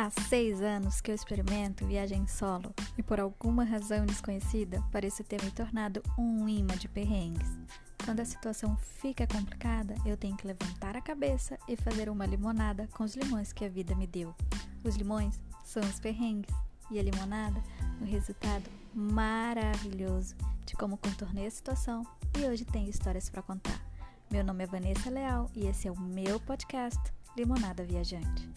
Há 6 anos que eu experimento viagem solo e por alguma razão desconhecida pareço ter me tornado um imã de perrengues. Quando a situação fica complicada, eu tenho que levantar a cabeça e fazer uma limonada com os limões que a vida me deu. Os limões são os perrengues e a limonada, o resultado maravilhoso de como contornei a situação e hoje tenho histórias para contar. Meu nome é Vanessa Leal e esse é o meu podcast Limonada Viajante.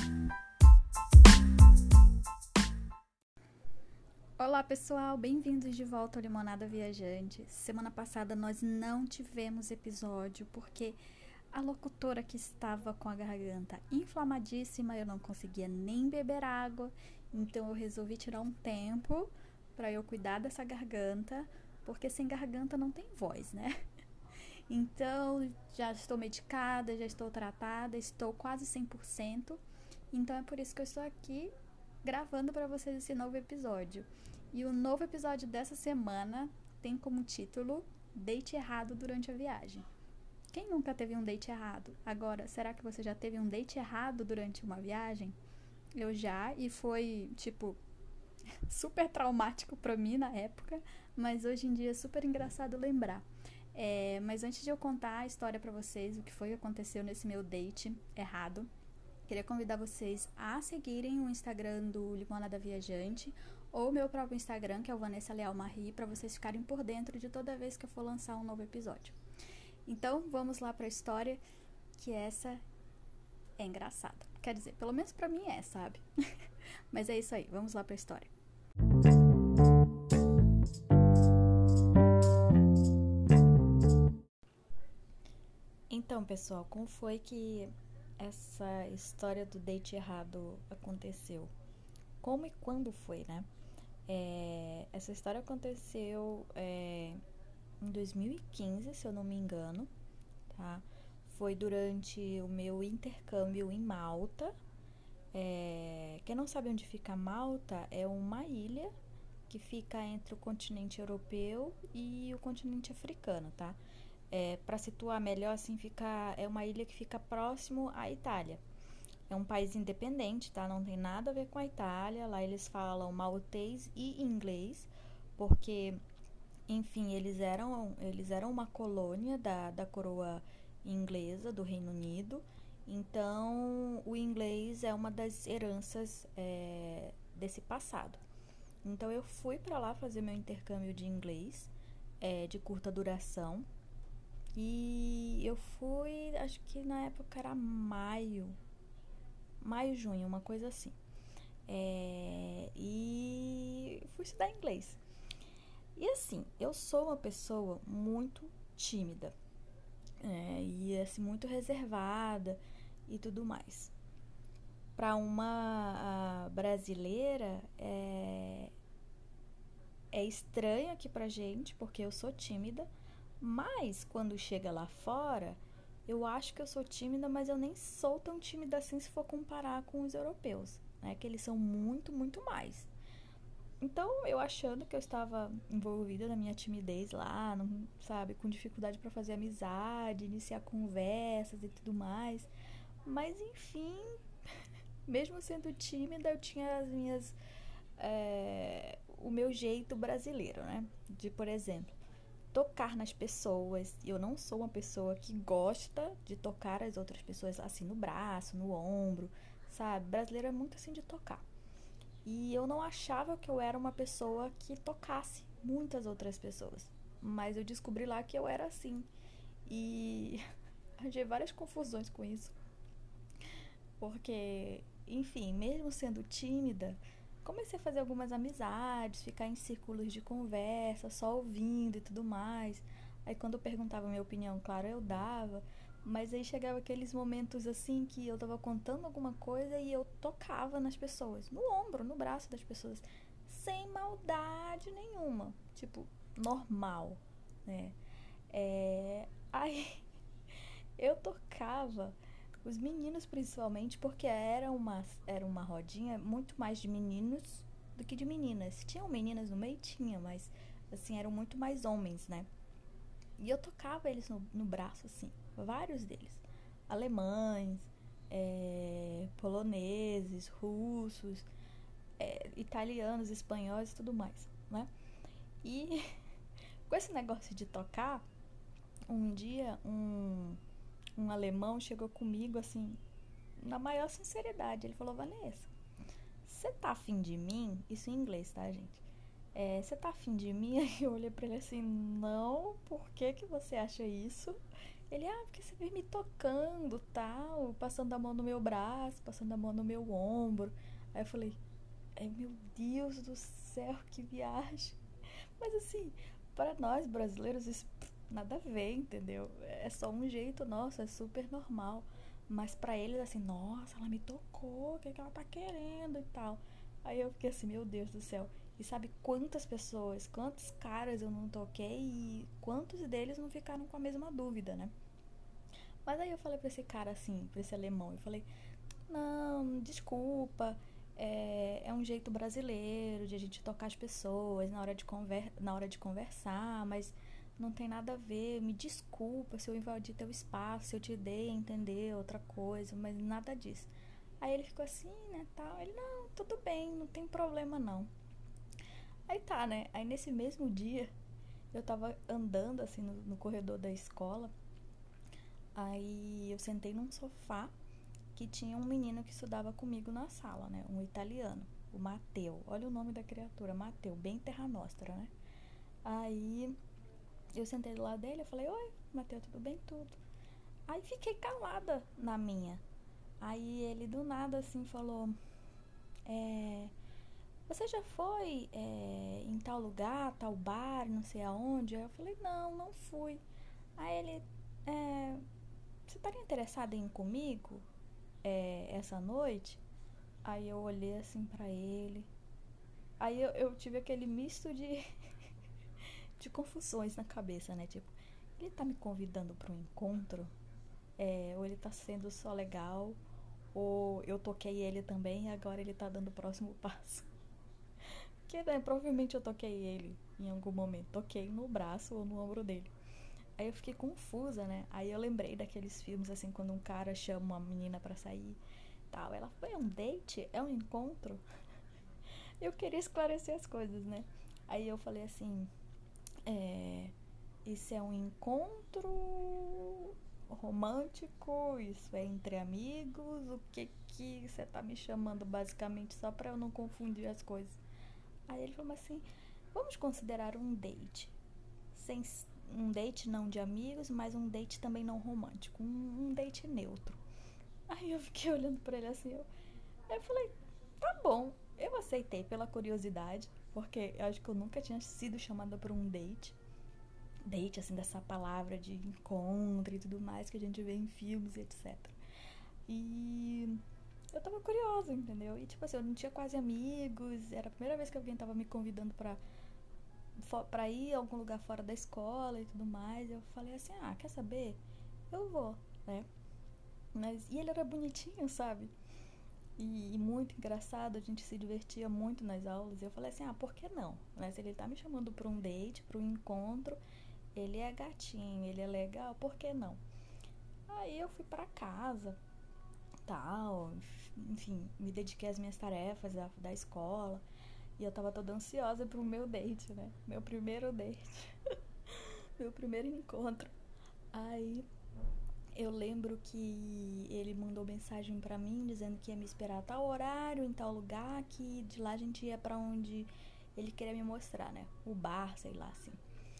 Olá pessoal, bem-vindos de volta ao Limonada Viajante. Semana passada nós não tivemos episódio porque a locutora que estava com a garganta inflamadíssima, eu não conseguia nem beber água, então eu resolvi tirar um tempo para eu cuidar dessa garganta, porque sem garganta não tem voz, né? Então já estou medicada, já estou tratada, estou quase 100%, então é por isso que eu estou aqui gravando para vocês esse novo episódio. E o novo episódio dessa semana tem como título Date Errado Durante a Viagem. Quem nunca teve um date errado? Agora, será que você já teve um date errado durante uma viagem? Eu já, e foi, super traumático pra mim na época, mas hoje em dia é super engraçado lembrar. Mas antes de eu contar a história pra vocês, o que foi que aconteceu nesse meu date errado, queria convidar vocês a seguirem o Instagram do Limonada Viajante ou meu próprio Instagram, que é o Vanessa Leal Marie, para vocês ficarem por dentro de toda vez que eu for lançar um novo episódio. Então, vamos lá para a história, que essa é engraçada. Quer dizer, pelo menos para mim é, sabe? Mas é isso aí, vamos lá para a história. Então, pessoal, como foi que essa história do date errado aconteceu? Como e quando foi, né? Essa história aconteceu em 2015, se eu não me engano, tá? Foi durante o meu intercâmbio em Malta. Quem não sabe onde fica Malta, é uma ilha que fica entre o continente europeu e o continente africano, tá? Para situar melhor, assim, é uma ilha que fica próximo à Itália. É um país independente, tá? Não tem nada a ver com a Itália. Lá eles falam maltês e inglês, porque, enfim, eles eram uma colônia da coroa inglesa, do Reino Unido. Então, o inglês é uma das heranças desse passado. Então, eu fui para lá fazer meu intercâmbio de inglês, de curta duração. E eu fui, acho que na época era maio, junho, uma coisa assim. E fui estudar inglês. E assim, eu sou uma pessoa muito tímida, e assim, muito reservada e tudo mais. Para uma brasileira, é estranho aqui pra gente, porque eu sou tímida, mas quando chega lá fora, eu acho que eu sou tímida, mas eu nem sou tão tímida assim se for comparar com os europeus, né? Que eles são muito, muito mais. Então, eu achando que eu estava envolvida na minha timidez lá, não, sabe, com dificuldade para fazer amizade, iniciar conversas e tudo mais. Mas, enfim, mesmo sendo tímida, eu tinha as minhas... o meu jeito brasileiro, né? De, por exemplo, tocar nas pessoas. Eu não sou uma pessoa que gosta de tocar as outras pessoas assim no braço, no ombro, sabe? Brasileiro é muito assim de tocar. E eu não achava que eu era uma pessoa que tocasse muitas outras pessoas. Mas eu descobri lá que eu era assim. E arranjei várias confusões com isso. Porque, enfim, mesmo sendo tímida, comecei a fazer algumas amizades, ficar em círculos de conversa, só ouvindo e tudo mais. Aí quando eu perguntava a minha opinião, claro, eu dava. Mas aí chegava aqueles momentos assim que eu tava contando alguma coisa e eu tocava nas pessoas, no ombro, no braço das pessoas, sem maldade nenhuma, tipo, normal, né? Aí eu tocava os meninos principalmente, porque era uma rodinha muito mais de meninos do que de meninas. Tinham meninas no meio? Tinha, mas assim, eram muito mais homens, né? E eu tocava eles no braço, assim, vários deles. Alemães, poloneses, russos, italianos, espanhóis e tudo mais, né? E com esse negócio de tocar, um dia um alemão chegou comigo assim, na maior sinceridade. Ele falou: Vanessa, você tá afim de mim? Isso em inglês, tá, gente? Você tá afim de mim? Aí eu olhei pra ele assim: não, por que você acha isso? Ele: porque você vem me tocando, tal, passando a mão no meu braço, passando a mão no meu ombro. Aí eu falei: meu Deus do céu, que viagem. Mas assim, para nós brasileiros isso nada a ver, entendeu? É só um jeito nosso, é super normal. Mas pra eles assim, nossa, ela me tocou, o que ela tá querendo e tal. Aí eu fiquei assim, meu Deus do céu. E sabe quantas pessoas, quantos caras eu não toquei e quantos deles não ficaram com a mesma dúvida, né? Mas aí eu falei pra esse cara assim, pra esse alemão, eu falei: não, desculpa, é um jeito brasileiro de a gente tocar as pessoas na hora de conversar, mas não tem nada a ver, me desculpa se eu invadi teu espaço, se eu te dei a entender outra coisa, mas nada disso. Aí ele ficou assim, né, tal, ele: não, tudo bem, não tem problema não. Aí tá, né, aí nesse mesmo dia, eu tava andando assim no corredor da escola, aí eu sentei num sofá que tinha um menino que estudava comigo na sala, né? Um italiano, o Matteo. Olha o nome da criatura, Matteo, bem Terra Nostra, né? Aí eu sentei do lado dele, eu falei: oi, Matteo, tudo bem? Tudo. Aí fiquei calada na minha. Aí ele do nada assim falou: você já foi em tal lugar, tal bar, não sei aonde? Aí eu falei: não, não fui. Aí ele: você estaria interessada em ir comigo essa noite? Aí eu olhei assim pra ele. Aí eu tive aquele misto de confusões na cabeça, né? Tipo, ele tá me convidando pra um encontro? Ou ele tá sendo só legal? Ou eu toquei ele também e agora ele tá dando o próximo passo? Porque, né, provavelmente eu toquei ele em algum momento. Toquei no braço ou no ombro dele. Aí eu fiquei confusa, né? Aí eu lembrei daqueles filmes, assim, quando um cara chama uma menina pra sair, tal. Ela: foi um date? É um encontro? Eu queria esclarecer as coisas, né? Aí eu falei assim: isso é um encontro romântico? Isso é entre amigos? O que você tá me chamando, basicamente, só pra eu não confundir as coisas? Aí ele falou assim: vamos considerar um date. Sem um date não de amigos, mas um date também não romântico. Um date neutro. Aí eu fiquei olhando pra ele assim, eu falei: tá bom. Eu aceitei pela curiosidade, porque eu acho que eu nunca tinha sido chamada pra um date. Date, assim, dessa palavra de encontro e tudo mais que a gente vê em filmes e etc. E eu tava curiosa, entendeu? E tipo assim, eu não tinha quase amigos, era a primeira vez que alguém tava me convidando pra ir a algum lugar fora da escola e tudo mais. Eu falei assim: quer saber? Eu vou, né? E ele era bonitinho, sabe? E muito engraçado, a gente se divertia muito nas aulas. E eu falei assim: por que não? Né? Se ele tá me chamando pra um date, pra um encontro, ele é gatinho, ele é legal, por que não? Aí eu fui pra casa, tal, enfim, me dediquei às minhas tarefas da escola. E eu tava toda ansiosa pro meu date, né? Meu primeiro date. Meu primeiro encontro. Aí eu lembro que ele mandou mensagem pra mim dizendo que ia me esperar a tal horário, em tal lugar, que de lá a gente ia pra onde ele queria me mostrar, né? O bar, sei lá, assim.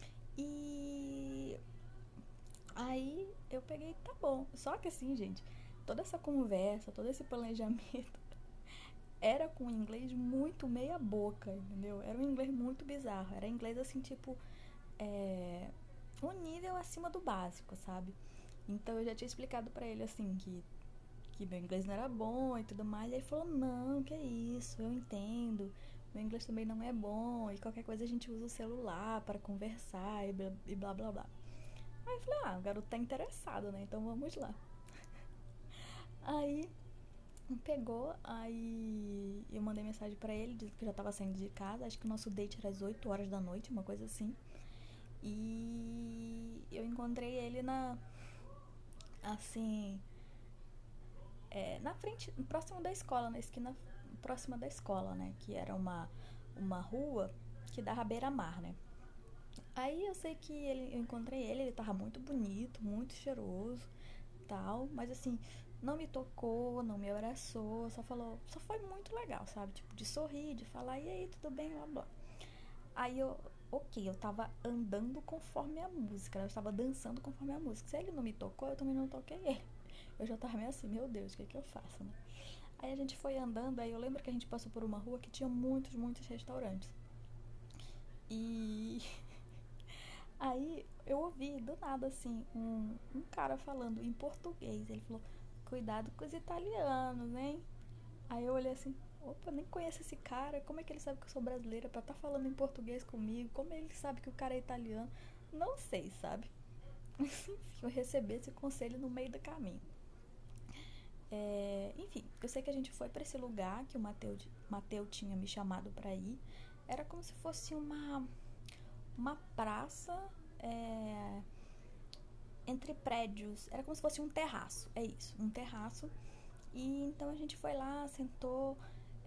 E aí eu peguei: tá bom. Só que assim, gente, toda essa conversa, todo esse planejamento era com inglês muito meia boca, entendeu? Era um inglês muito bizarro. Era inglês assim, tipo, um nível acima do básico, sabe? Então eu já tinha explicado pra ele assim que meu inglês não era bom e tudo mais. E ele falou: não, que é isso, eu entendo. Meu inglês também não é bom e qualquer coisa a gente usa o celular para conversar e blá blá blá. Aí eu falei: o garoto tá interessado, né? Então vamos lá. Aí pegou, aí eu mandei mensagem pra ele, disse que já tava saindo de casa. Acho que o nosso date era às 8 horas da noite, uma coisa assim. E eu encontrei ele assim, na frente, próximo da escola, na esquina próxima da escola, né? Que era uma rua que dava à beira-mar, né? Aí eu sei que eu encontrei ele tava muito bonito, muito cheiroso, tal, mas assim, não me tocou, não me abraçou, só foi muito legal, sabe? Tipo, de sorrir, de falar, e aí, tudo bem, blá blá. Aí eu tava andando conforme a música, né? Eu estava dançando conforme a música. Se ele não me tocou, eu também não toquei ele. Eu já tava meio assim, meu Deus, o que eu faço, né? Aí a gente foi andando, aí eu lembro que a gente passou por uma rua que tinha muitos restaurantes. E aí eu ouvi do nada assim um cara falando em português. Ele falou: cuidado com os italianos, hein? Aí eu olhei assim: opa, nem conheço esse cara. Como é que ele sabe que eu sou brasileira pra estar falando em português comigo? Como ele sabe que o cara é italiano? Não sei, sabe? Enfim, eu recebi esse conselho no meio do caminho. Enfim, eu sei que a gente foi pra esse lugar que o Mateu tinha me chamado pra ir. Era como se fosse uma praça, é, entre prédios. Era como se fosse um terraço. É isso, um terraço. E então a gente foi lá, sentou,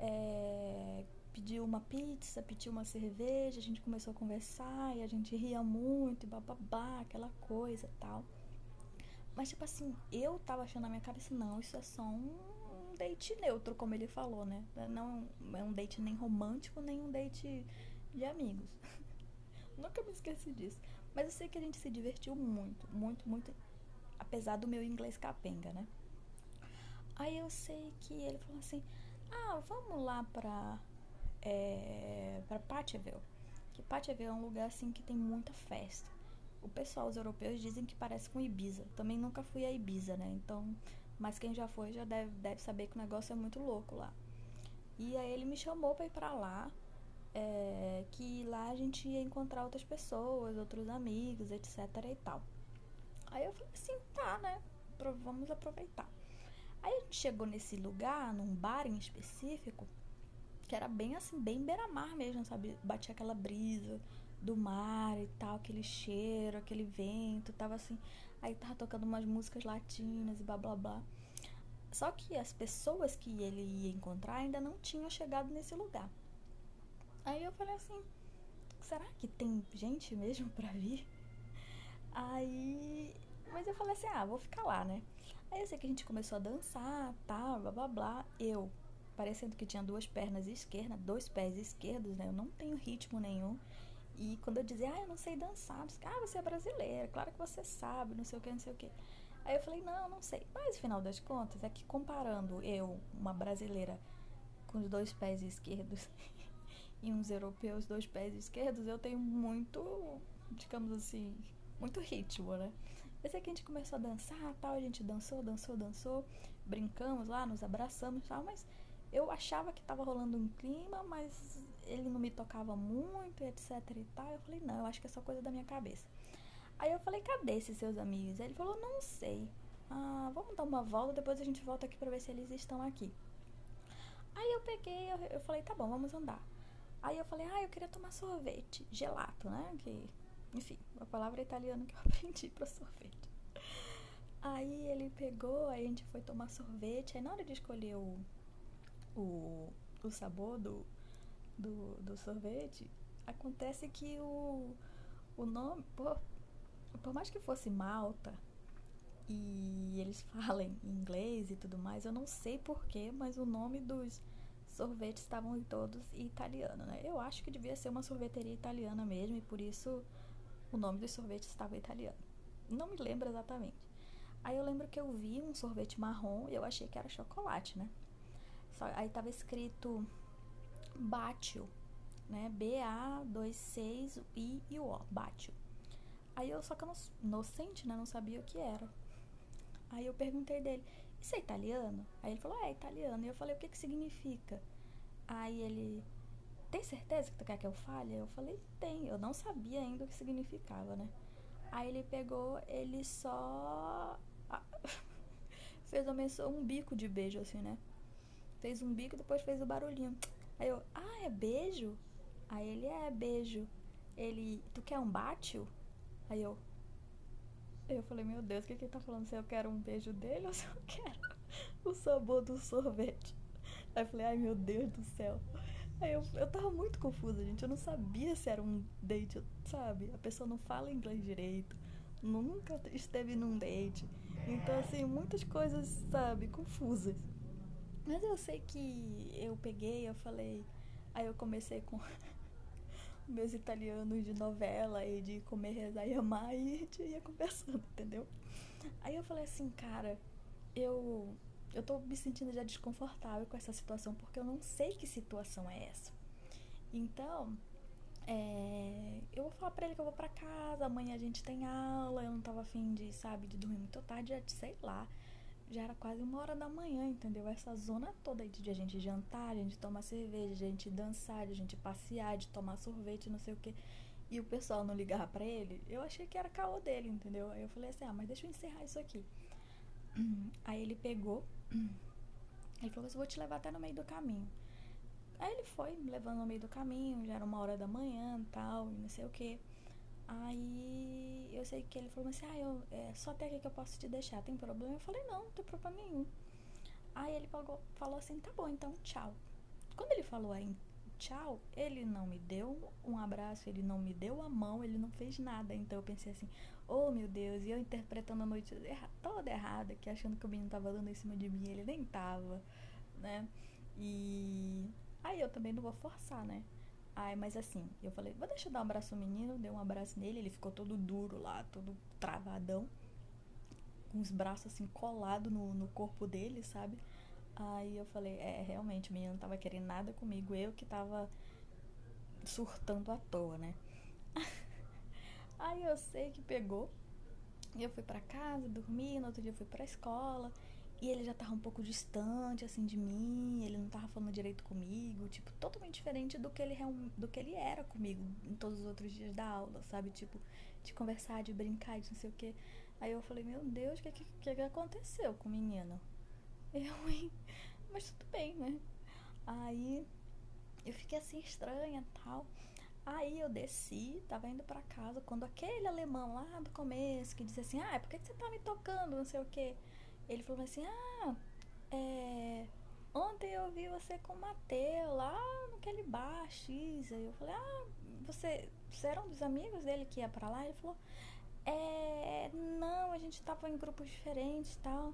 pediu uma pizza, pediu uma cerveja, a gente começou a conversar e a gente ria muito, e bababá, aquela coisa e tal. Mas tipo assim, eu tava achando na minha cabeça, não, isso é só um date neutro, como ele falou, né? Não é um date nem romântico, nem um date de amigos. Nunca me esqueci disso. Mas eu sei que a gente se divertiu muito, apesar do meu inglês capenga, né? Aí eu sei que ele falou assim: ah, vamos lá pra Patcheville. Que Patcheville é um lugar assim que tem muita festa. O pessoal, os europeus, dizem que parece com Ibiza. Também nunca fui a Ibiza, né? Então, mas quem já foi já deve saber que o negócio é muito louco lá. E aí ele me chamou pra ir pra lá. Que lá a gente ia encontrar outras pessoas, outros amigos, etc e tal. Aí eu falei assim, tá, né? Vamos aproveitar. Aí a gente chegou nesse lugar, num bar em específico, que era bem assim, bem beira-mar mesmo, sabe? Batia aquela brisa do mar e tal, aquele cheiro, aquele vento, tava assim. Aí tava tocando umas músicas latinas e blá blá blá. Só que as pessoas que ele ia encontrar ainda não tinham chegado nesse lugar. Aí eu falei assim, será que tem gente mesmo pra vir? Aí. Mas eu falei assim, vou ficar lá, né? Aí eu sei que a gente começou a dançar, tal, blá blá blá. Eu, parecendo que tinha duas pernas esquerdas, dois pés esquerdos, né? Eu não tenho ritmo nenhum. E quando eu dizia, eu não sei dançar, você é brasileira, claro que você sabe, não sei o que, não sei o que. Aí eu falei, não sei. Mas, no final das contas, é que comparando eu, uma brasileira com os dois pés esquerdos e uns europeus, dois pés esquerdos, eu tenho muito, digamos assim, muito ritmo, né? Eu sei que a gente começou a dançar, tal, a gente dançou, brincamos lá, nos abraçamos e tal, mas eu achava que tava rolando um clima, mas ele não me tocava muito, etc e tal. Eu falei, não, eu acho que é só coisa da minha cabeça. Aí eu falei, cadê esses seus amigos? Aí ele falou, não sei. Vamos dar uma volta, depois a gente volta aqui pra ver se eles estão aqui. Aí eu peguei, eu falei, tá bom, vamos andar. Aí eu falei, eu queria tomar sorvete, gelato, né? Que, enfim, a palavra italiana que eu aprendi pra sorvete. Aí ele pegou, aí a gente foi tomar sorvete. Aí na hora de escolher o sabor do sorvete, acontece que o nome, por mais que fosse Malta e eles falem inglês e tudo mais, eu não sei porquê, mas o nome dos sorvetes estavam todos em italiano, né? Eu acho que devia ser uma sorveteria italiana mesmo e por isso o nome dos sorvetes estava em italiano. Não me lembro exatamente. Aí eu lembro que eu vi um sorvete marrom e eu achei que era chocolate, né? Aí tava escrito Baccio, né? B-A-2-6-I-O, Baccio. Aí eu, só que eu inocente, né? Não sabia o que era. Aí eu perguntei dele, isso é italiano? Aí ele falou, é italiano. E eu falei, o que significa? Aí ele, tem certeza que tu quer que eu fale? Eu falei, tem. Eu não sabia ainda o que significava, né? Aí ele pegou, ele só fez um bico de beijo, assim, né? Fez um bico e depois fez o barulhinho. Aí eu, é beijo? Aí ele, beijo. Ele, tu quer um bátio? Aí eu falei, meu Deus, o que ele tá falando? Se eu quero um beijo dele ou se eu quero o sabor do sorvete. Aí eu falei, ai meu Deus do céu. Aí eu tava muito confusa, gente. Eu não sabia se era um date, sabe? A pessoa não fala inglês direito, nunca esteve num date. Então, assim, muitas coisas, sabe, confusas. Mas eu sei que eu peguei, eu falei. Aí eu comecei com meus italianos de novela e de comer, rezar e amar e a gente ia conversando, entendeu? Aí eu falei assim, cara, eu eu tô me sentindo já desconfortável com essa situação porque eu não sei que situação é essa. Então, eu vou falar pra ele que eu vou pra casa, amanhã a gente tem aula, eu não tava afim de, sabe, de dormir muito tarde, já sei lá. Já era quase 1 hora da manhã, entendeu? Essa zona toda aí de a gente jantar, de a gente tomar cerveja, de a gente dançar, de a gente passear, de tomar sorvete, não sei o que. E o pessoal não ligava pra ele, eu achei que era caô dele, entendeu? Aí eu falei assim, mas deixa eu encerrar isso aqui. Aí ele pegou, ele falou assim, vou te levar até no meio do caminho. Aí ele foi me levando no meio do caminho, já era 1 hora da manhã e tal, e não sei o que. Aí eu sei que ele falou assim, só até aqui que eu posso te deixar, tem problema? Eu falei, não tem problema nenhum. Aí ele falou assim, tá bom, então tchau. Quando ele falou aí tchau, ele não me deu um abraço, ele não me deu a mão, ele não fez nada. Então eu pensei assim, oh meu Deus, e eu interpretando a noite toda errada, que achando que o menino tava dando em cima de mim, ele nem tava, né? E aí eu também não vou forçar, né? Mas assim, eu falei, vou deixar eu dar um abraço no menino, dei um abraço nele, ele ficou todo duro lá, todo travadão, com os braços assim colados no corpo dele, sabe? Aí eu falei, realmente, o menino não tava querendo nada comigo, eu que tava surtando à toa, né? Aí eu sei que pegou, e eu fui pra casa, dormi, no outro dia eu fui pra escola, e ele já tava um pouco distante, assim, de mim, ele não tava falando direito comigo, tipo, totalmente diferente do que ele era comigo em todos os outros dias da aula, sabe? Tipo, de conversar, de brincar, de não sei o quê. Aí eu falei, meu Deus, o que aconteceu com o menino? Hein? Mas tudo bem, né? Aí eu fiquei assim estranha e tal. Aí eu desci, tava indo pra casa, quando aquele alemão lá do começo, que disse assim, por que você tá me tocando, não sei o que. Ele falou assim, ontem eu vi você com o Mateus lá naquele bar X. Aí eu falei, você era um dos amigos dele que ia pra lá? Ele falou, não, a gente tava em grupos diferentes e tal.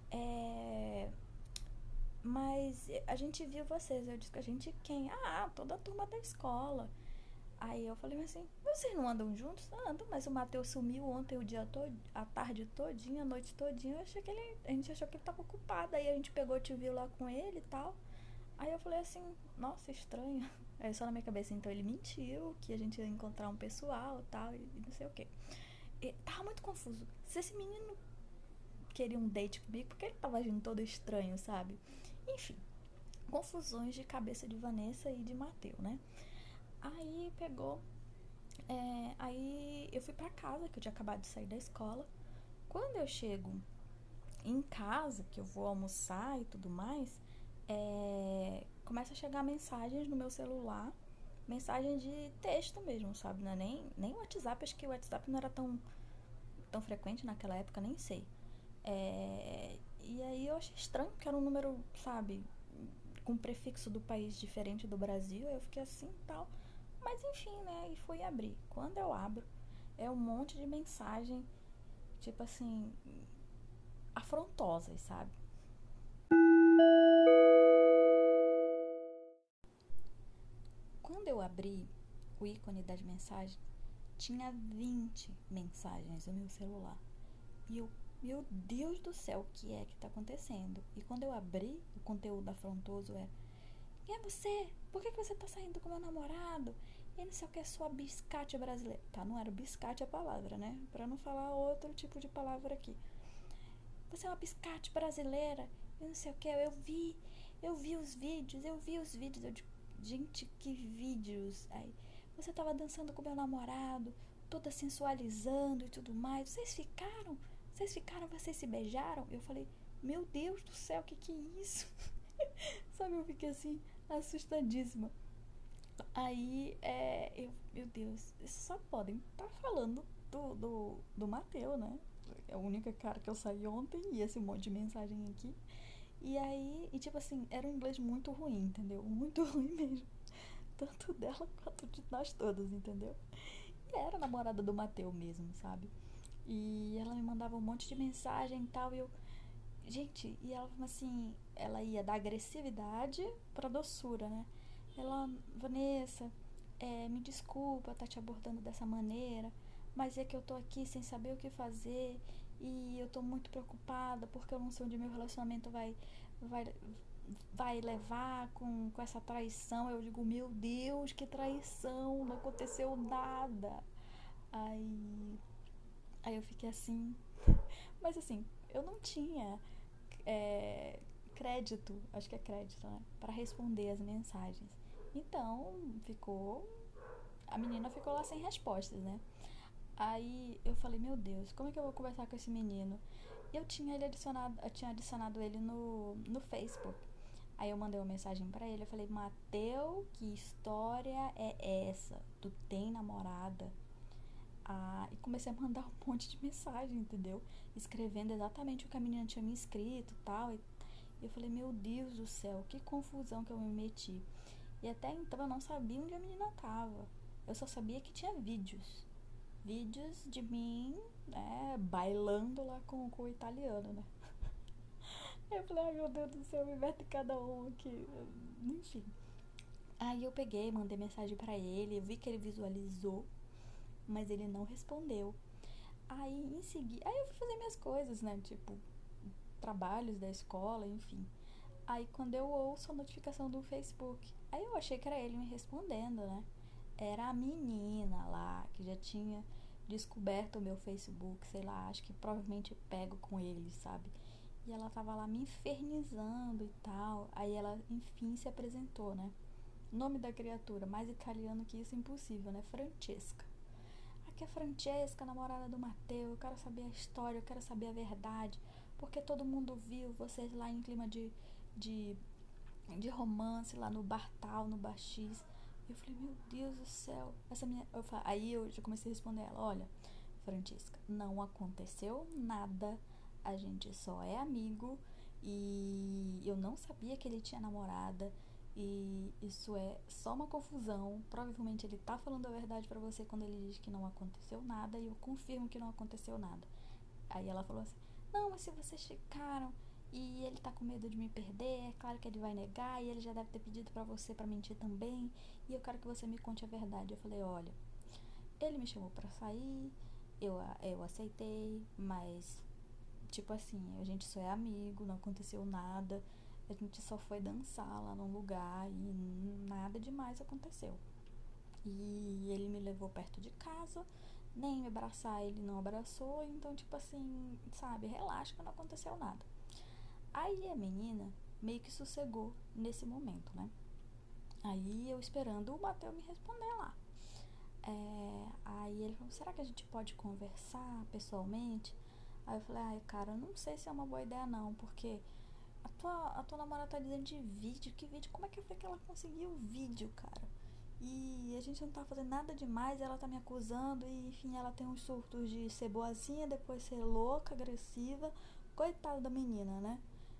Mas a gente viu vocês. Eu disse que a gente quem? Toda a turma da escola. Aí eu falei assim, vocês não andam juntos? Andam, mas o Matheus sumiu ontem o dia todo, a tarde todinha, a noite todinha. A gente achou que ele tava ocupado. Aí a gente pegou, te viu lá com ele e tal. Aí eu falei assim, nossa, estranho. Aí só na minha cabeça, então ele mentiu, que a gente ia encontrar um pessoal e tal, e não sei o que. Tava muito confuso. Se esse menino queria um date comigo, porque ele tava agindo todo estranho, sabe? Enfim, confusões de cabeça de Vanessa e de Mateus, né? Aí pegou. Aí eu fui pra casa, que eu tinha acabado de sair da escola. Quando eu chego em casa, que eu vou almoçar e tudo mais, começa a chegar mensagens no meu celular, mensagem de texto mesmo, sabe? Não é nem WhatsApp, acho que o WhatsApp não era tão frequente naquela época, nem sei. E aí eu achei estranho, porque era um número, sabe, com prefixo do país diferente do Brasil. Eu fiquei assim e tal. Mas enfim, né? E fui abrir. Quando eu abro, é um monte de mensagem, tipo assim, afrontosas, sabe? Quando eu abri o ícone das mensagens, tinha 20 mensagens no meu celular. E eu, meu Deus do céu, o que é que tá acontecendo? E quando eu abri, o conteúdo afrontoso era: quem é você? Por que você tá saindo com meu namorado? E não sei o que, é sua biscate brasileira. Tá, não era biscate a palavra, né? Pra não falar outro tipo de palavra aqui. Você é uma biscate brasileira. E não sei o que, eu vi os vídeos. Eu digo, gente, que vídeos. Aí, você tava dançando com meu namorado, toda sensualizando e tudo mais. Vocês ficaram, vocês se beijaram? Eu falei, meu Deus do céu, o que é isso? Sabe, eu fiquei assim, assustadíssima. Aí, meu Deus, só podem estar falando do Mateus, né? É o único cara que eu saí ontem e esse monte de mensagem aqui. E aí, e tipo assim, era um inglês muito ruim, entendeu? Muito ruim mesmo. Tanto dela quanto de nós todos, entendeu? E era namorada do Mateu mesmo, sabe? E ela me mandava um monte de mensagem e tal, e eu... Gente, e ela assim, ela ia da agressividade pra doçura, né? Ela, Vanessa, me desculpa tá te abordando dessa maneira, mas é que eu tô aqui sem saber o que fazer e eu tô muito preocupada porque eu não sei onde meu relacionamento vai, vai levar com essa traição. Eu digo, meu Deus, que traição, não aconteceu nada. Aí, aí eu fiquei assim, mas assim, eu não tinha é, crédito, acho que é crédito, né? Pra responder as mensagens. Então, a menina ficou lá sem respostas, né? Aí eu falei, meu Deus, como é que eu vou conversar com esse menino? Eu tinha adicionado ele no Facebook. Aí eu mandei uma mensagem pra ele, eu falei, Mateu, que história é essa? Tu tem namorada? E comecei a mandar um monte de mensagem, entendeu? Escrevendo exatamente o que a menina tinha me escrito e tal. E eu falei, meu Deus do céu, que confusão que eu me meti. E até então eu não sabia onde a menina tava. Eu só sabia que tinha vídeos. Vídeos de mim, né, bailando lá com o italiano, né? Eu falei, ai meu Deus do céu, me mete cada um aqui. Enfim. Aí eu peguei, mandei mensagem pra ele, eu vi que ele visualizou, mas ele não respondeu. Aí em seguida, aí eu fui fazer minhas coisas, né? Tipo, trabalhos da escola, enfim. Aí quando eu ouço a notificação do Facebook, aí eu achei que era ele me respondendo, né? Era a menina lá que já tinha descoberto o meu Facebook, sei lá, acho que provavelmente pego com ele, sabe? E ela tava lá me infernizando e tal. Aí ela, enfim, se apresentou, né? Nome da criatura, mais italiano que isso, impossível, né? Francesca. Aqui é Francesca, namorada do Mateu. Eu quero saber a história, eu quero saber a verdade. Porque todo mundo viu vocês lá em clima de, de romance, lá no bar tal, no bar X. Eu falei, meu Deus do céu. Aí eu já comecei a responder ela, olha, Francesca, não aconteceu nada. A gente só é amigo e eu não sabia que ele tinha namorada. E isso é só uma confusão. Provavelmente ele tá falando a verdade pra você quando ele diz que não aconteceu nada. E eu confirmo que não aconteceu nada. Aí ela falou assim, não, mas se vocês ficaram e ele tá com medo de me perder, é claro que ele vai negar. E ele já deve ter pedido pra você pra mentir também. E eu quero que você me conte a verdade. Eu falei, olha, ele me chamou pra sair, eu aceitei, mas tipo assim, a gente só é amigo, não aconteceu nada. A gente só foi dançar lá num lugar e nada demais aconteceu. E ele me levou perto de casa, nem me abraçar ele não abraçou, então tipo assim, sabe, relaxa que não aconteceu nada. Aí a menina meio que sossegou nesse momento, né? Aí eu esperando o Mateu me responder lá. Aí ele falou, será que a gente pode conversar pessoalmente? Aí eu falei, ai cara, eu não sei se é uma boa ideia não, porque a tua namorada tá dizendo de vídeo, que vídeo? Como é que foi que ela conseguiu o vídeo, cara? E a gente não tá fazendo nada demais, ela tá me acusando e enfim, ela tem uns surtos de ser boazinha, depois ser louca, agressiva. Coitada da menina, né?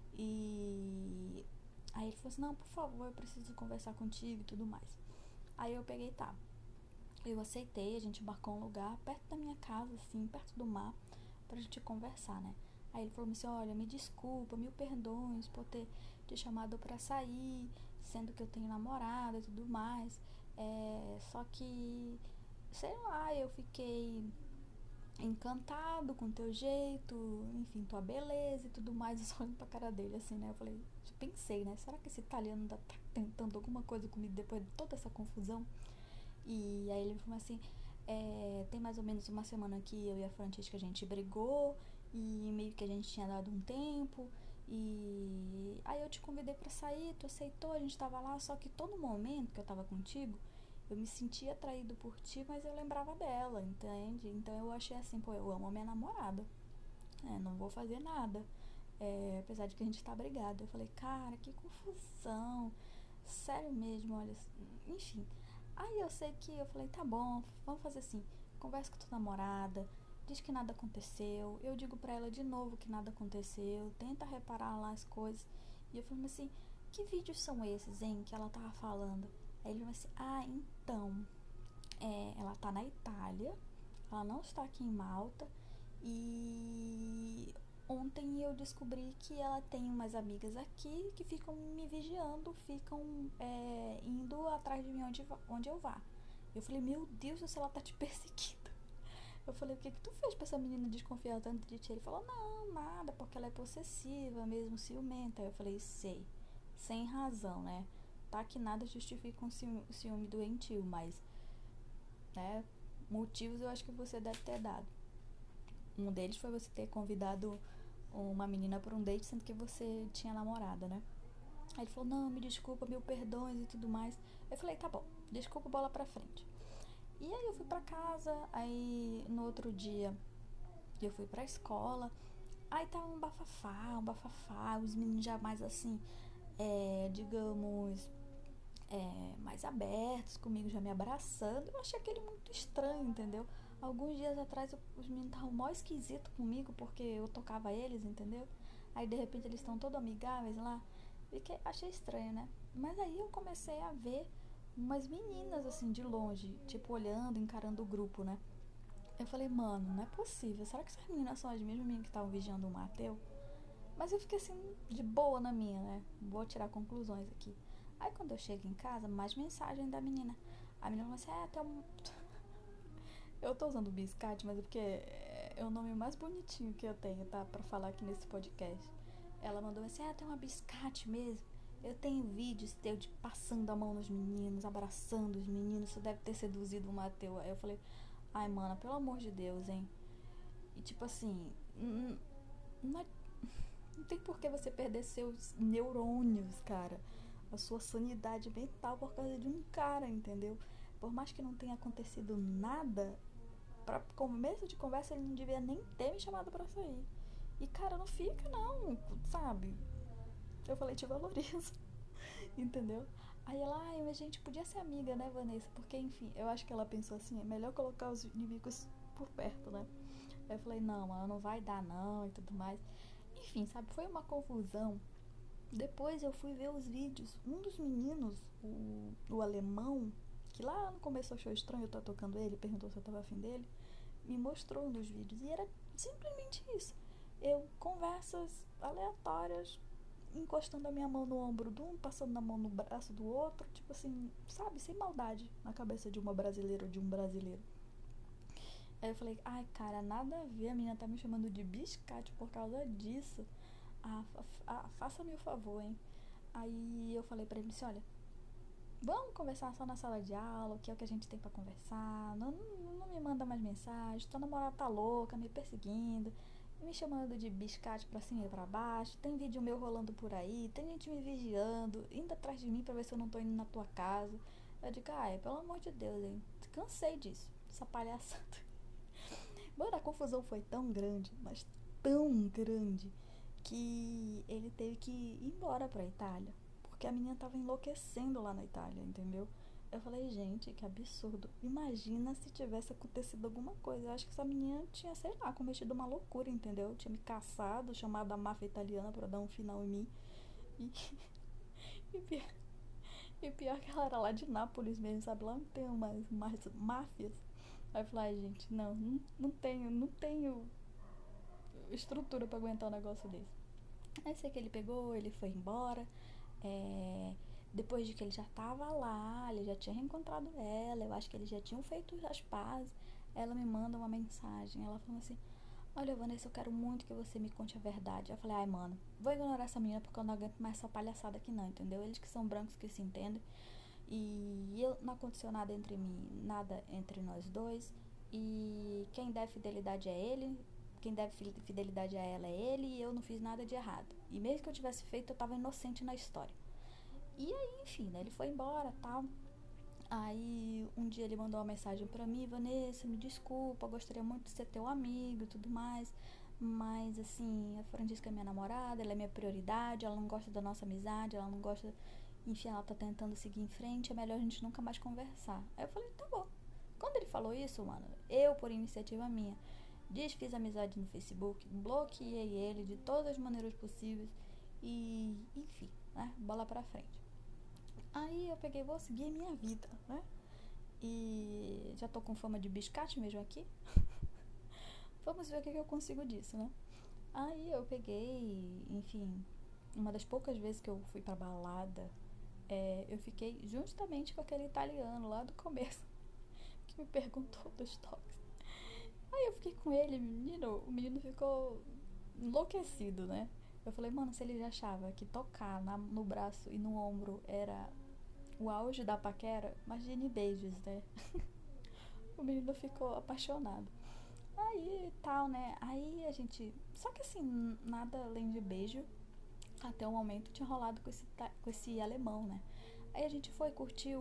E aí ele falou assim, não, por favor, eu preciso conversar contigo e tudo mais. Aí eu peguei, tá. Eu aceitei, a gente marcou um lugar perto da minha casa, assim, perto do mar, pra gente conversar, né? Aí ele falou assim, olha, me desculpa, mil perdões por ter te chamado pra sair, sendo que eu tenho namorada e tudo mais. Só que, sei lá, eu fiquei encantado com teu jeito, enfim, tua beleza e tudo mais. Eu só olhando pra cara dele, assim, né? Eu falei, pensei, né? Será que esse italiano ainda tá tentando alguma coisa comigo depois de toda essa confusão? E aí ele me falou assim, tem mais ou menos uma semana que eu e a Francesca a gente brigou e meio que a gente tinha dado um tempo e aí eu te convidei pra sair, tu aceitou, a gente tava lá, só que todo momento que eu tava contigo eu me sentia atraído por ti, mas eu lembrava dela, entende? Então eu achei assim, pô, eu amo a minha namorada, não vou fazer nada, apesar de que a gente tá brigado. Eu falei, cara, que confusão, sério mesmo, olha, enfim. Aí eu sei que eu falei, tá bom, vamos fazer assim, conversa com tua namorada, diz que nada aconteceu, eu digo pra ela de novo que nada aconteceu, tenta reparar lá as coisas E eu falei assim, que vídeos são esses, hein, que ela tava falando? Aí ele falou assim, então, ela tá na Itália, ela não está aqui em Malta, e ontem eu descobri que ela tem umas amigas aqui que ficam me vigiando, ficam indo atrás de mim onde eu vá. Eu falei, meu Deus do céu, ela tá te perseguindo. Eu falei, o que tu fez pra essa menina desconfiar tanto de ti? Ele falou, não, nada, porque ela é possessiva, mesmo ciumenta. Aí eu falei, sei, sem razão, né? Tá que nada justifica um ciúme doentio, mas, né, motivos eu acho que você deve ter dado. Um deles foi você ter convidado uma menina pra um date, sendo que você tinha namorada, né? Aí ele falou, não, me desculpa, mil perdões e tudo mais. Eu falei, tá bom, desculpa, bola pra frente. E aí eu fui pra casa, aí no outro dia eu fui pra escola, aí tava um bafafá, os meninos já mais assim, digamos, mais abertos comigo, já me abraçando. Eu achei aquele muito estranho, entendeu? Alguns dias atrás os meninos estavam mó esquisito comigo porque eu tocava eles, entendeu? Aí de repente eles estão todos amigáveis lá. Achei estranho, né? Mas aí eu comecei a ver umas meninas assim de longe, tipo olhando, encarando o grupo, né? Eu falei, mano, não é possível. Será que essas meninas são as mesmas meninas que estavam vigiando o Mateu? Mas eu fiquei assim, de boa na minha, né? Vou tirar conclusões aqui. Aí quando eu chego em casa, mais mensagem da menina. A menina falou assim, até um... Eu tô usando biscate, mas é porque é o nome mais bonitinho que eu tenho, tá? Pra falar aqui nesse podcast. Ela mandou assim, tem uma biscate mesmo. Eu tenho vídeos teu de passando a mão nos meninos, abraçando os meninos. Você deve ter seduzido o Mateu. Aí eu falei, ai, mana, pelo amor de Deus, hein? E tipo assim, não tem por que você perder seus neurônios, cara. A sua sanidade mental por causa de um cara, entendeu? Por mais que não tenha acontecido nada, pra começo de conversa ele não devia nem ter me chamado pra sair. E cara, não fica não, sabe? Eu falei, te valorizo, entendeu? Aí ela, mas a gente podia ser amiga, né, Vanessa? Porque, enfim, eu acho que ela pensou assim, é melhor colocar os inimigos por perto, né? Aí eu falei, não, ela não vai dar não e tudo mais. Enfim, sabe, foi uma confusão. Depois eu fui ver os vídeos. Um dos meninos, o alemão, que lá no começo achou estranho eu estar tocando ele, perguntou se eu tava afim dele, me mostrou um dos vídeos. E era simplesmente isso. Eu, conversas aleatórias, encostando a minha mão no ombro de um, passando a mão no braço do outro, tipo assim, sabe, sem maldade na cabeça de uma brasileira ou de um brasileiro. Aí eu falei, ai cara, nada a ver, a menina tá me chamando de biscate por causa disso. Faça-me o favor, hein? Aí eu falei pra ele assim, olha, vamos conversar só na sala de aula, que é o que a gente tem pra conversar. Não me manda mais mensagem, tua namorada tá louca, me perseguindo, me chamando de biscate pra cima e pra baixo. Tem vídeo meu rolando por aí, tem gente me vigiando, indo atrás de mim pra ver se eu não tô indo na tua casa. Eu digo, pelo amor de Deus, hein? Cansei disso, essa palhaçada. Mano, a confusão foi tão grande, mas tão grande, que ele teve que ir embora pra Itália. Porque a menina tava enlouquecendo lá na Itália, entendeu? Eu falei, gente, que absurdo. Imagina se tivesse acontecido alguma coisa. Eu acho que essa menina tinha, sei lá, cometido uma loucura, entendeu? Tinha me caçado, chamado a máfia italiana pra dar um final em mim. E, e, pior, e pior que ela era lá de Nápoles mesmo, sabe? Lá não tem umas máfias. Aí eu falei, gente, não tenho estrutura pra aguentar um negócio desse. Aí sei que ele pegou, ele foi embora. Depois de que ele já tava lá, ele já tinha reencontrado ela, eu acho que eles já tinham feito as pazes. Ela me manda uma mensagem, ela falou assim, olha, Vanessa, eu quero muito que você me conte a verdade. Eu falei, mano, vou ignorar essa menina porque eu não aguento mais essa palhaçada aqui não, entendeu? Eles que são brancos que se entendem. E não aconteceu nada entre mim, nada entre nós dois. E quem deve fidelidade é ele, quem deve fidelidade a ela é ele, e eu não fiz nada de errado. E mesmo que eu tivesse feito, eu tava inocente na história. E aí, enfim, né, ele foi embora, tal. Aí um dia ele mandou uma mensagem pra mim, Vanessa, me desculpa, eu gostaria muito de ser teu amigo e tudo mais, mas assim, a Francisca é minha namorada, ela é minha prioridade, ela não gosta da nossa amizade, ela não gosta, enfim, ela tá tentando seguir em frente, é melhor a gente nunca mais conversar. Aí eu falei, tá bom. Quando ele falou isso, mano, eu, por iniciativa minha, desfiz amizade no Facebook, bloqueei ele de todas as maneiras possíveis E, enfim, né? Bola pra frente. Aí eu peguei, vou seguir a minha vida, né? E já tô com fama de biscate mesmo aqui. Vamos ver o que eu consigo disso, né? Aí eu peguei, enfim, uma das poucas vezes que eu fui pra balada, eu fiquei justamente com aquele italiano lá do começo, que me perguntou dos toques. Aí eu fiquei com ele, menino, o menino ficou enlouquecido, né? Eu falei, mano, se ele já achava que tocar no braço e no ombro era o auge da paquera, imagine beijos, né? O menino ficou apaixonado. Aí tal, né? Aí a gente. Só que assim, nada além de beijo. Até o momento tinha rolado com esse alemão, né? Aí a gente foi curtir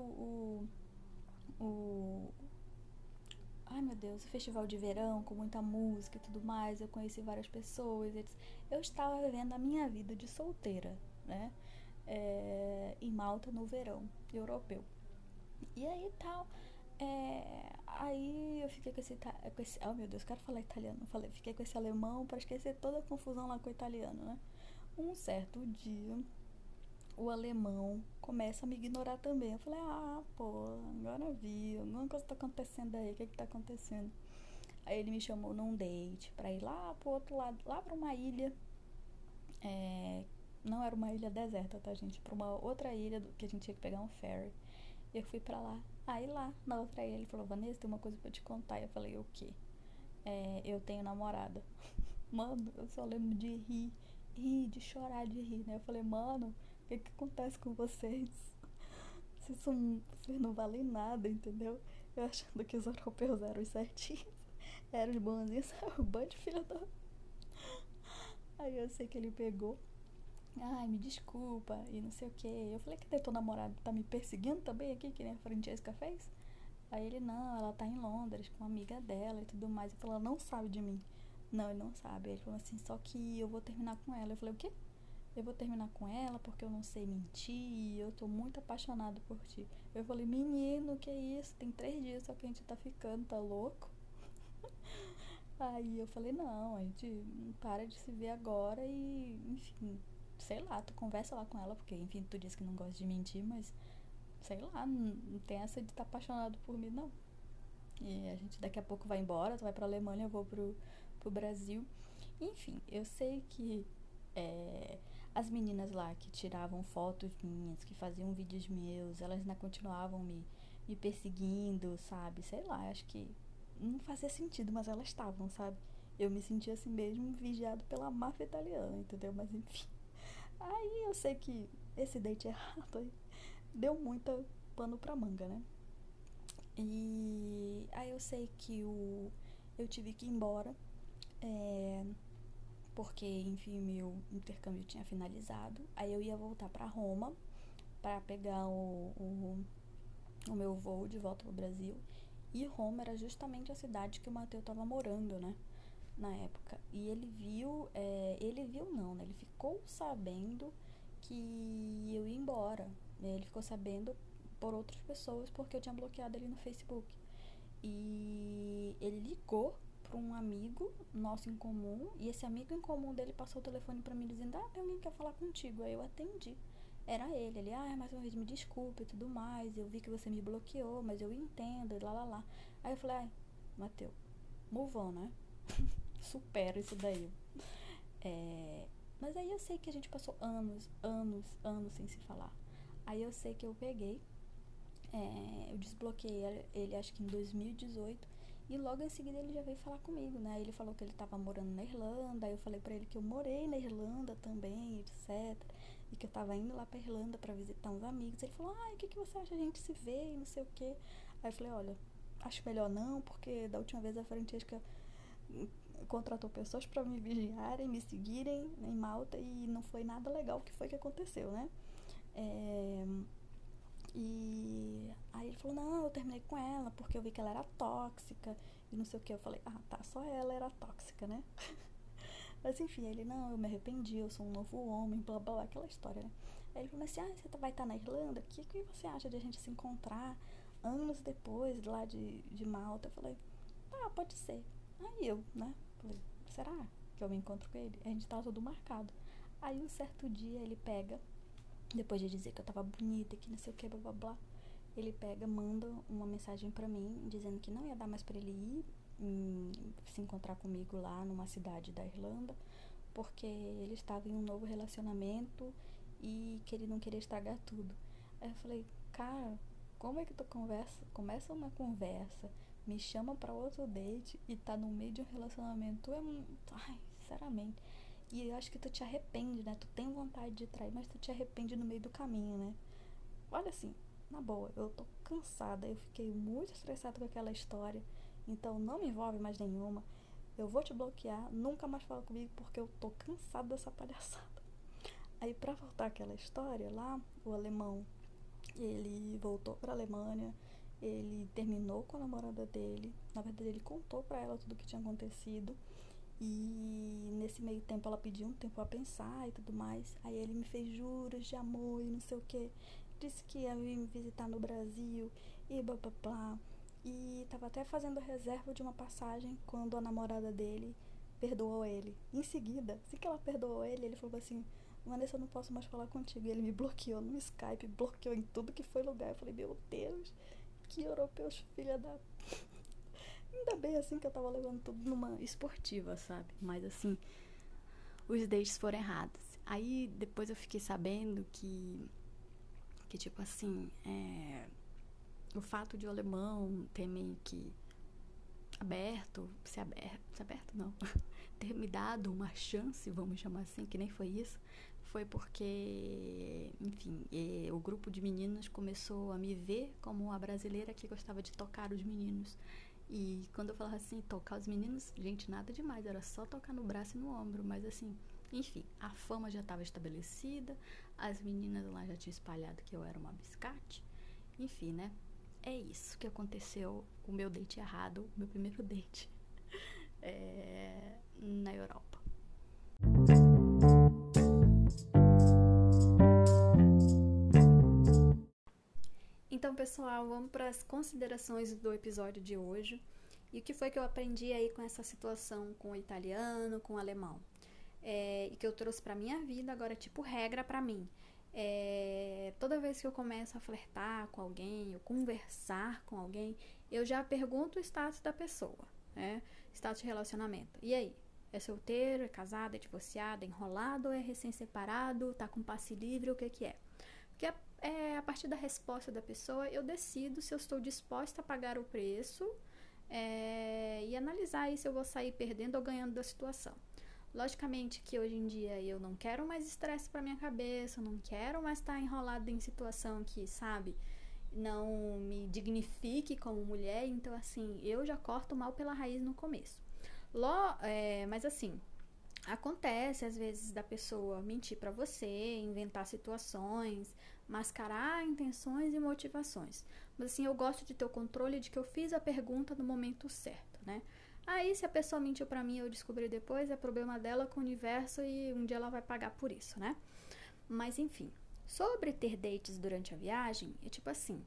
o ai meu Deus, o festival de verão com muita música e tudo mais. Eu conheci várias pessoas. Eu estava vivendo a minha vida de solteira, né? Em Malta no verão europeu. E aí tal. Aí eu fiquei com esse. Oh meu Deus, quero falar italiano. Fiquei com esse alemão pra esquecer toda a confusão lá com o italiano, né? Um certo dia, o alemão começa a me ignorar também. Eu falei, pô, agora eu vi, alguma coisa tá acontecendo aí, o que tá acontecendo? Aí ele me chamou num date pra ir lá pro outro lado, lá pra uma ilha. Não era uma ilha deserta, tá, gente? Pra uma outra ilha que a gente tinha que pegar um ferry. E eu fui pra lá. Aí lá, na outra ilha, ele falou, Vanessa, tem uma coisa pra te contar. E eu falei, o quê? Eu tenho namorada. Mano, eu só lembro de de chorar de rir, né? Eu falei, mano, o que acontece com vocês? Vocês não valem nada, entendeu? Eu achando que os europeus eram os certinhos, eram os bonzinhos, saiu o bando de filha da... Aí eu sei que ele pegou, ai, me desculpa, e não sei o que. Eu falei, cadê teu namorado? Tá me perseguindo também aqui, que nem a Francesca fez? Aí ele, não, ela tá em Londres com uma amiga dela e tudo mais. Eu falei, ela não sabe de mim. Não, ele não sabe. Aí ele falou assim, só que eu vou terminar com ela. Eu falei, o quê? Eu vou terminar com ela porque eu não sei mentir e eu tô muito apaixonado por ti. Eu falei, menino, que isso? Tem 3 dias só que a gente tá ficando, tá louco? Aí eu falei, não, a gente para de se ver agora e, enfim, sei lá, tu conversa lá com ela, porque, enfim, tu disse que não gosta de mentir, mas, sei lá, não tem essa de estar apaixonado por mim, não. E a gente daqui a pouco vai embora, tu vai pra Alemanha, eu vou pro Brasil. Enfim, eu sei que é, as meninas lá que tiravam fotos minhas, que faziam vídeos meus, elas ainda continuavam me perseguindo, sabe? Sei lá, acho que não fazia sentido, mas elas estavam, sabe? Eu me sentia assim mesmo, vigiado pela máfia italiana, entendeu? Mas enfim. Aí eu sei que esse date errado aí deu muita pano pra manga, né? E aí eu sei que eu tive que ir embora, é, porque, enfim, meu intercâmbio tinha finalizado. Aí eu ia voltar pra Roma para pegar o meu voo de volta pro Brasil. E Roma era justamente a cidade que o Matheus tava morando, né? Na época. E ele viu não, né? Ele ficou sabendo que eu ia embora. Ele ficou sabendo por outras pessoas porque eu tinha bloqueado ele no Facebook. E ele ligou para um amigo nosso em comum, e esse amigo em comum dele passou o telefone para mim dizendo, tem alguém que quer falar contigo. Aí eu atendi. Era ele, mais uma vez me desculpe e tudo mais, eu vi que você me bloqueou, mas eu entendo, e lá lá lá. Aí eu falei, Matheus, move on, né? Supera isso daí. Mas aí eu sei que a gente passou anos sem se falar. Aí eu sei que eu peguei, eu desbloqueei ele acho que em 2018 e logo em seguida ele já veio falar comigo, né? Ele falou que ele tava morando na Irlanda, aí eu falei pra ele que eu morei na Irlanda também, etc. E que eu tava indo lá pra Irlanda pra visitar uns amigos. Ele falou, o que você acha de a gente se ver e não sei o quê. Aí eu falei, olha, acho melhor não, porque da última vez a Francesca contratou pessoas pra me vigiarem, me seguirem em Malta e não foi nada legal o que foi que aconteceu, né? E aí ele falou, não, eu terminei com ela porque eu vi que ela era tóxica e não sei o que. Eu falei, tá, só ela era tóxica, né? Mas enfim, ele, não, eu me arrependi, eu sou um novo homem, blá blá blá, aquela história, né? Aí ele falou assim, você vai estar na Irlanda? O que você acha de a gente se encontrar anos depois lá de Malta? Eu falei, pode ser. Aí eu, né, falei, será que eu me encontro com ele? A gente tava tudo marcado. Aí um certo dia ele pega, depois de dizer que eu tava bonita e que não sei o que, blá blá blá, ele pega, manda uma mensagem pra mim dizendo que não ia dar mais pra ele ir se encontrar comigo lá numa cidade da Irlanda, porque ele estava em um novo relacionamento e que ele não queria estragar tudo. Aí eu falei, cara, como é que tu começa uma conversa, me chama pra outro date e tá no meio de um relacionamento? Ai, sinceramente. E eu acho que tu te arrepende, né? Tu tem vontade de trair, mas tu te arrepende no meio do caminho, né? Olha assim, na boa, eu tô cansada, eu fiquei muito estressada com aquela história, então não me envolve mais nenhuma. Eu vou te bloquear, nunca mais fala comigo porque eu tô cansada dessa palhaçada. Aí pra voltar àquela história lá, o alemão, ele voltou pra Alemanha, ele terminou com a namorada dele, na verdade ele contou pra ela tudo o que tinha acontecido. E nesse meio tempo ela pediu um tempo a pensar e tudo mais. Aí ele me fez juros de amor e não sei o que. Disse que ia vir me visitar no Brasil e blá blá blá. E tava até fazendo reserva de uma passagem quando a namorada dele perdoou ele. Em seguida, assim que ela perdoou ele, ele falou assim: Vanessa, eu não posso mais falar contigo. E ele me bloqueou no Skype, bloqueou em tudo que foi lugar. Eu falei, meu Deus, que europeus filha da... Ainda bem assim que eu tava levando tudo numa esportiva, sabe? Mas assim, os dates foram errados. Aí depois eu fiquei sabendo que tipo assim, o fato de o alemão ter meio que se aberto não, ter me dado uma chance, vamos chamar assim, que nem foi isso, foi porque, enfim, o grupo de meninas começou a me ver como a brasileira que gostava de tocar os meninos. E quando eu falava assim, tocar os meninos, gente, nada demais, era só tocar no braço e no ombro, mas assim, enfim, a fama já estava estabelecida, as meninas lá já tinham espalhado que eu era uma biscate, enfim, né? É isso que aconteceu com o meu date errado, meu primeiro date na Europa. Então, pessoal, vamos para as considerações do episódio de hoje. E o que foi que eu aprendi aí com essa situação com o italiano, com o alemão? E que eu trouxe pra minha vida, agora tipo regra pra mim. Toda vez que eu começo a flertar com alguém, ou conversar com alguém, eu já pergunto o status da pessoa, né? Status de relacionamento. E aí? É solteiro, é casado, é divorciado, é enrolado ou é recém-separado, tá com passe livre, o que é? Porque a partir da resposta da pessoa, eu decido se eu estou disposta a pagar o preço e analisar aí se eu vou sair perdendo ou ganhando da situação. Logicamente que hoje em dia eu não quero mais estresse pra minha cabeça, eu não quero mais estar enrolada em situação que, sabe, não me dignifique como mulher, então assim, eu já corto mal pela raiz no começo. Mas assim, acontece às vezes da pessoa mentir pra você, inventar situações, mascarar intenções e motivações. Mas assim, eu gosto de ter o controle de que eu fiz a pergunta no momento certo, né? Aí, se a pessoa mentiu pra mim e eu descobri depois, é problema dela com o universo e um dia ela vai pagar por isso, né? Mas, enfim. Sobre ter dates durante a viagem, é tipo assim,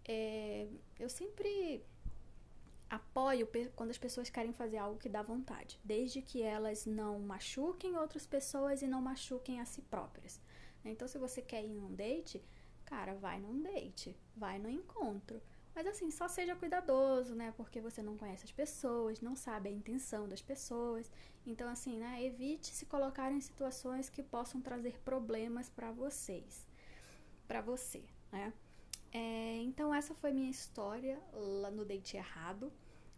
eu sempre apoio quando as pessoas querem fazer algo que dá vontade, desde que elas não machuquem outras pessoas e não machuquem a si próprias. Então, se você quer ir num date, cara, vai num date, vai no encontro. Mas assim, só seja cuidadoso, né? Porque você não conhece as pessoas, não sabe a intenção das pessoas. Então, assim, né? Evite se colocar em situações que possam trazer problemas pra você, né? Então, essa foi minha história lá no date errado.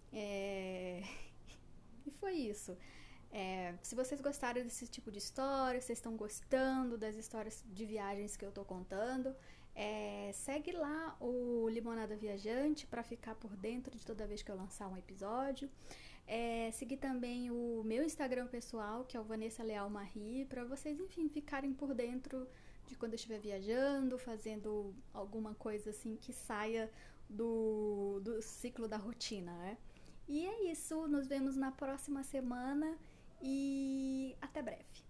E foi isso. Se vocês gostaram desse tipo de história, vocês estão gostando das histórias de viagens que eu tô contando, segue lá o Limonada Viajante para ficar por dentro de toda vez que eu lançar um episódio. Seguir também o meu Instagram pessoal, que é o Vanessa Leal Marie, para vocês, enfim, ficarem por dentro de quando eu estiver viajando, fazendo alguma coisa assim que saia do ciclo da rotina, né? E é isso, nos vemos na próxima semana e até breve.